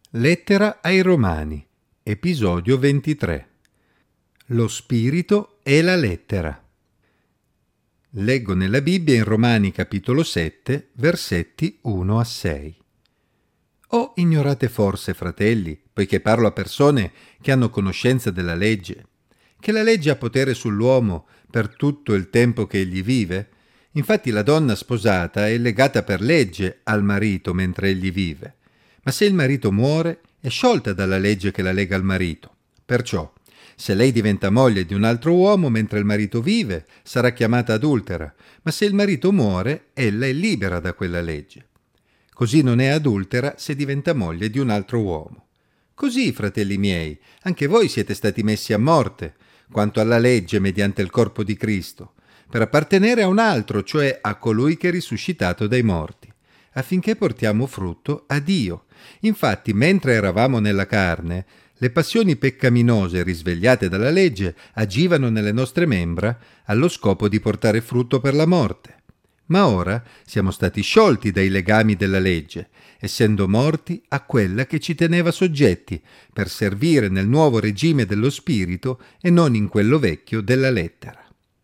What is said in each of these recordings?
Lettera ai Romani, episodio 23. Lo spirito e la lettera. Leggo nella Bibbia in Romani capitolo 7, versetti 1 a 6. O ignorate forse, fratelli, poiché parlo a persone che hanno conoscenza della legge, che la legge ha potere sull'uomo per tutto il tempo che egli vive? Infatti la donna sposata è legata per legge al marito mentre egli vive. Ma se il marito muore, è sciolta dalla legge che la lega al marito. Perciò, se lei diventa moglie di un altro uomo mentre il marito vive, sarà chiamata adultera, ma se il marito muore, ella è libera da quella legge. Così non è adultera se diventa moglie di un altro uomo. Così, fratelli miei, anche voi siete stati messi a morte, quanto alla legge mediante il corpo di Cristo, per appartenere a un altro, cioè a colui che è risuscitato dai morti, affinché portiamo frutto a Dio. Infatti, mentre eravamo nella carne, le passioni peccaminose risvegliate dalla legge agivano nelle nostre membra allo scopo di portare frutto per la morte. Ma ora siamo stati sciolti dai legami della legge, essendo morti a quella che ci teneva soggetti, per servire nel nuovo regime dello spirito e non in quello vecchio della lettera.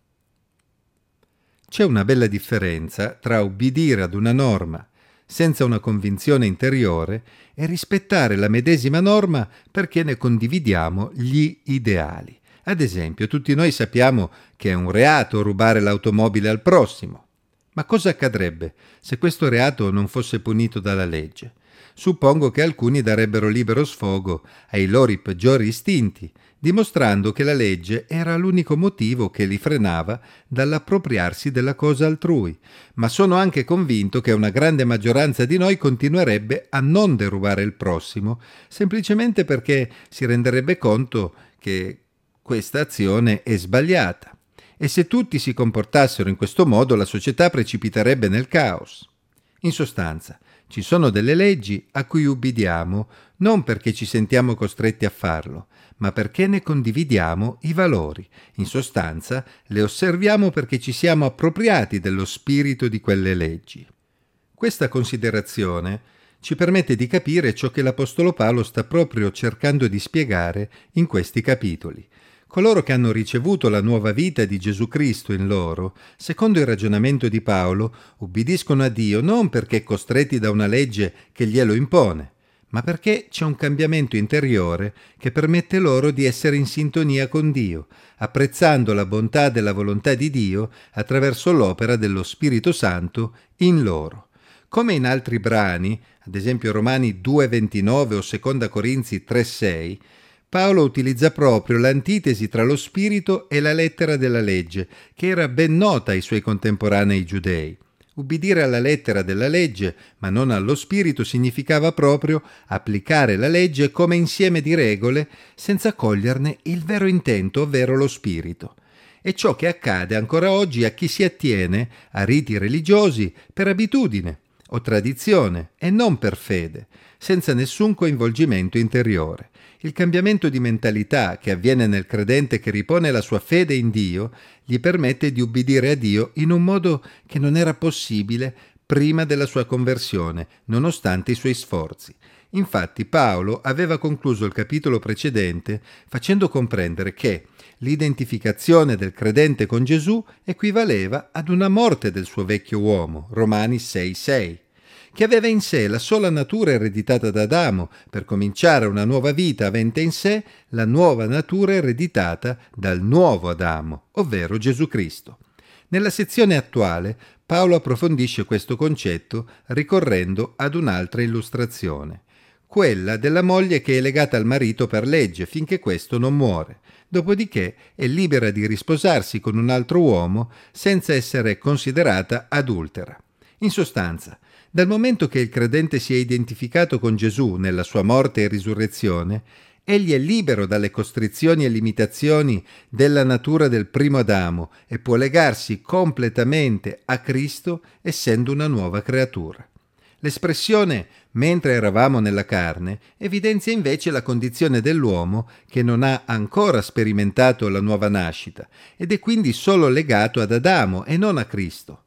C'è una bella differenza tra ubbidire ad una norma senza una convinzione interiore e rispettare la medesima norma perché ne condividiamo gli ideali. Ad esempio, tutti noi sappiamo che è un reato rubare l'automobile al prossimo. Ma cosa accadrebbe se questo reato non fosse punito dalla legge? Suppongo che alcuni darebbero libero sfogo ai loro peggiori istinti, dimostrando che la legge era l'unico motivo che li frenava dall'appropriarsi della cosa altrui, ma sono anche convinto che una grande maggioranza di noi continuerebbe a non derubare il prossimo, semplicemente perché si renderebbe conto che questa azione è sbagliata. E se tutti si comportassero in questo modo, la società precipiterebbe nel caos. In sostanza, ci sono delle leggi a cui ubbidiamo non perché ci sentiamo costretti a farlo, ma perché ne condividiamo i valori. In sostanza, le osserviamo perché ci siamo appropriati dello spirito di quelle leggi. Questa considerazione ci permette di capire ciò che l'Apostolo Paolo sta proprio cercando di spiegare in questi capitoli. Coloro che hanno ricevuto la nuova vita di Gesù Cristo in loro, secondo il ragionamento di Paolo, ubbidiscono a Dio non perché costretti da una legge che glielo impone, ma perché c'è un cambiamento interiore che permette loro di essere in sintonia con Dio, apprezzando la bontà della volontà di Dio attraverso l'opera dello Spirito Santo in loro. Come in altri brani, ad esempio Romani 2,29 o 2 Corinzi 3,6, Paolo utilizza proprio l'antitesi tra lo spirito e la lettera della legge, che era ben nota ai suoi contemporanei giudei. Ubbidire alla lettera della legge, ma non allo spirito, significava proprio applicare la legge come insieme di regole senza coglierne il vero intento, ovvero lo spirito. È ciò che accade ancora oggi a chi si attiene a riti religiosi per abitudine o tradizione e non per fede, senza nessun coinvolgimento interiore. Il cambiamento di mentalità che avviene nel credente che ripone la sua fede in Dio gli permette di ubbidire a Dio in un modo che non era possibile prima della sua conversione, nonostante i suoi sforzi. Infatti Paolo aveva concluso il capitolo precedente facendo comprendere che l'identificazione del credente con Gesù equivaleva ad una morte del suo vecchio uomo, Romani 6,6. Che aveva in sé la sola natura ereditata da Adamo, per cominciare una nuova vita avente in sé la nuova natura ereditata dal nuovo Adamo, ovvero Gesù Cristo. Nella sezione attuale Paolo approfondisce questo concetto ricorrendo ad un'altra illustrazione, quella della moglie che è legata al marito per legge finché questo non muore, dopodiché è libera di risposarsi con un altro uomo senza essere considerata adultera. In sostanza, dal momento che il credente si è identificato con Gesù nella sua morte e risurrezione, egli è libero dalle costrizioni e limitazioni della natura del primo Adamo e può legarsi completamente a Cristo essendo una nuova creatura. L'espressione «mentre eravamo nella carne» evidenzia invece la condizione dell'uomo che non ha ancora sperimentato la nuova nascita ed è quindi solo legato ad Adamo e non a Cristo.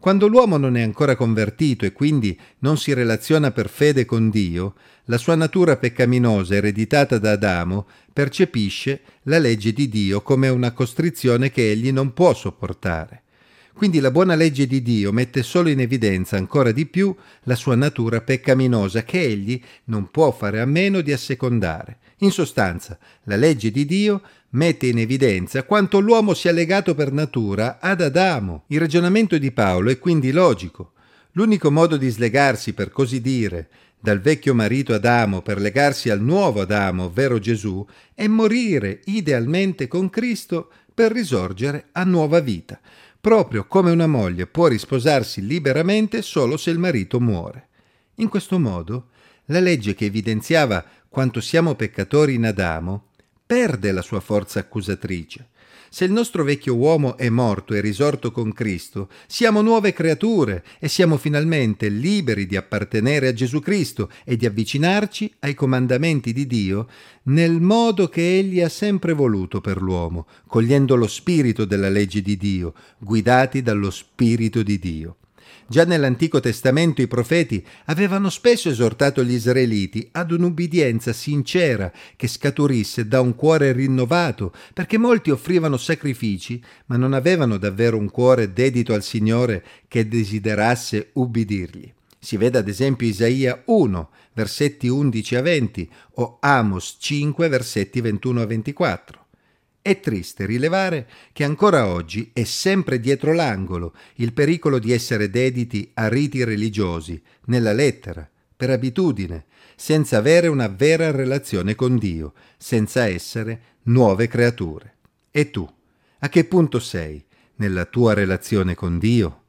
Quando l'uomo non è ancora convertito e quindi non si relaziona per fede con Dio, la sua natura peccaminosa ereditata da Adamo percepisce la legge di Dio come una costrizione che egli non può sopportare. Quindi la buona legge di Dio mette solo in evidenza ancora di più la sua natura peccaminosa che egli non può fare a meno di assecondare. In sostanza, la legge di Dio mette in evidenza quanto l'uomo sia legato per natura ad Adamo. Il ragionamento di Paolo è quindi logico. L'unico modo di slegarsi, per così dire, dal vecchio marito Adamo per legarsi al nuovo Adamo, ovvero Gesù, è morire idealmente con Cristo per risorgere a nuova vita, proprio come una moglie può risposarsi liberamente solo se il marito muore. In questo modo, la legge che evidenziava quanto siamo peccatori in Adamo perde la sua forza accusatrice. Se il nostro vecchio uomo è morto e risorto con Cristo, siamo nuove creature e siamo finalmente liberi di appartenere a Gesù Cristo e di avvicinarci ai comandamenti di Dio nel modo che Egli ha sempre voluto per l'uomo, cogliendo lo spirito della legge di Dio, guidati dallo Spirito di Dio. Già nell'Antico Testamento i profeti avevano spesso esortato gli israeliti ad un'ubbidienza sincera che scaturisse da un cuore rinnovato, perché molti offrivano sacrifici, ma non avevano davvero un cuore dedito al Signore che desiderasse ubbidirgli. Si vede ad esempio Isaia 1, versetti 11 a 20, o Amos 5, versetti 21 a 24. È triste rilevare che ancora oggi è sempre dietro l'angolo il pericolo di essere dediti a riti religiosi, nella lettera, per abitudine, senza avere una vera relazione con Dio, senza essere nuove creature. E tu, a che punto sei nella tua relazione con Dio?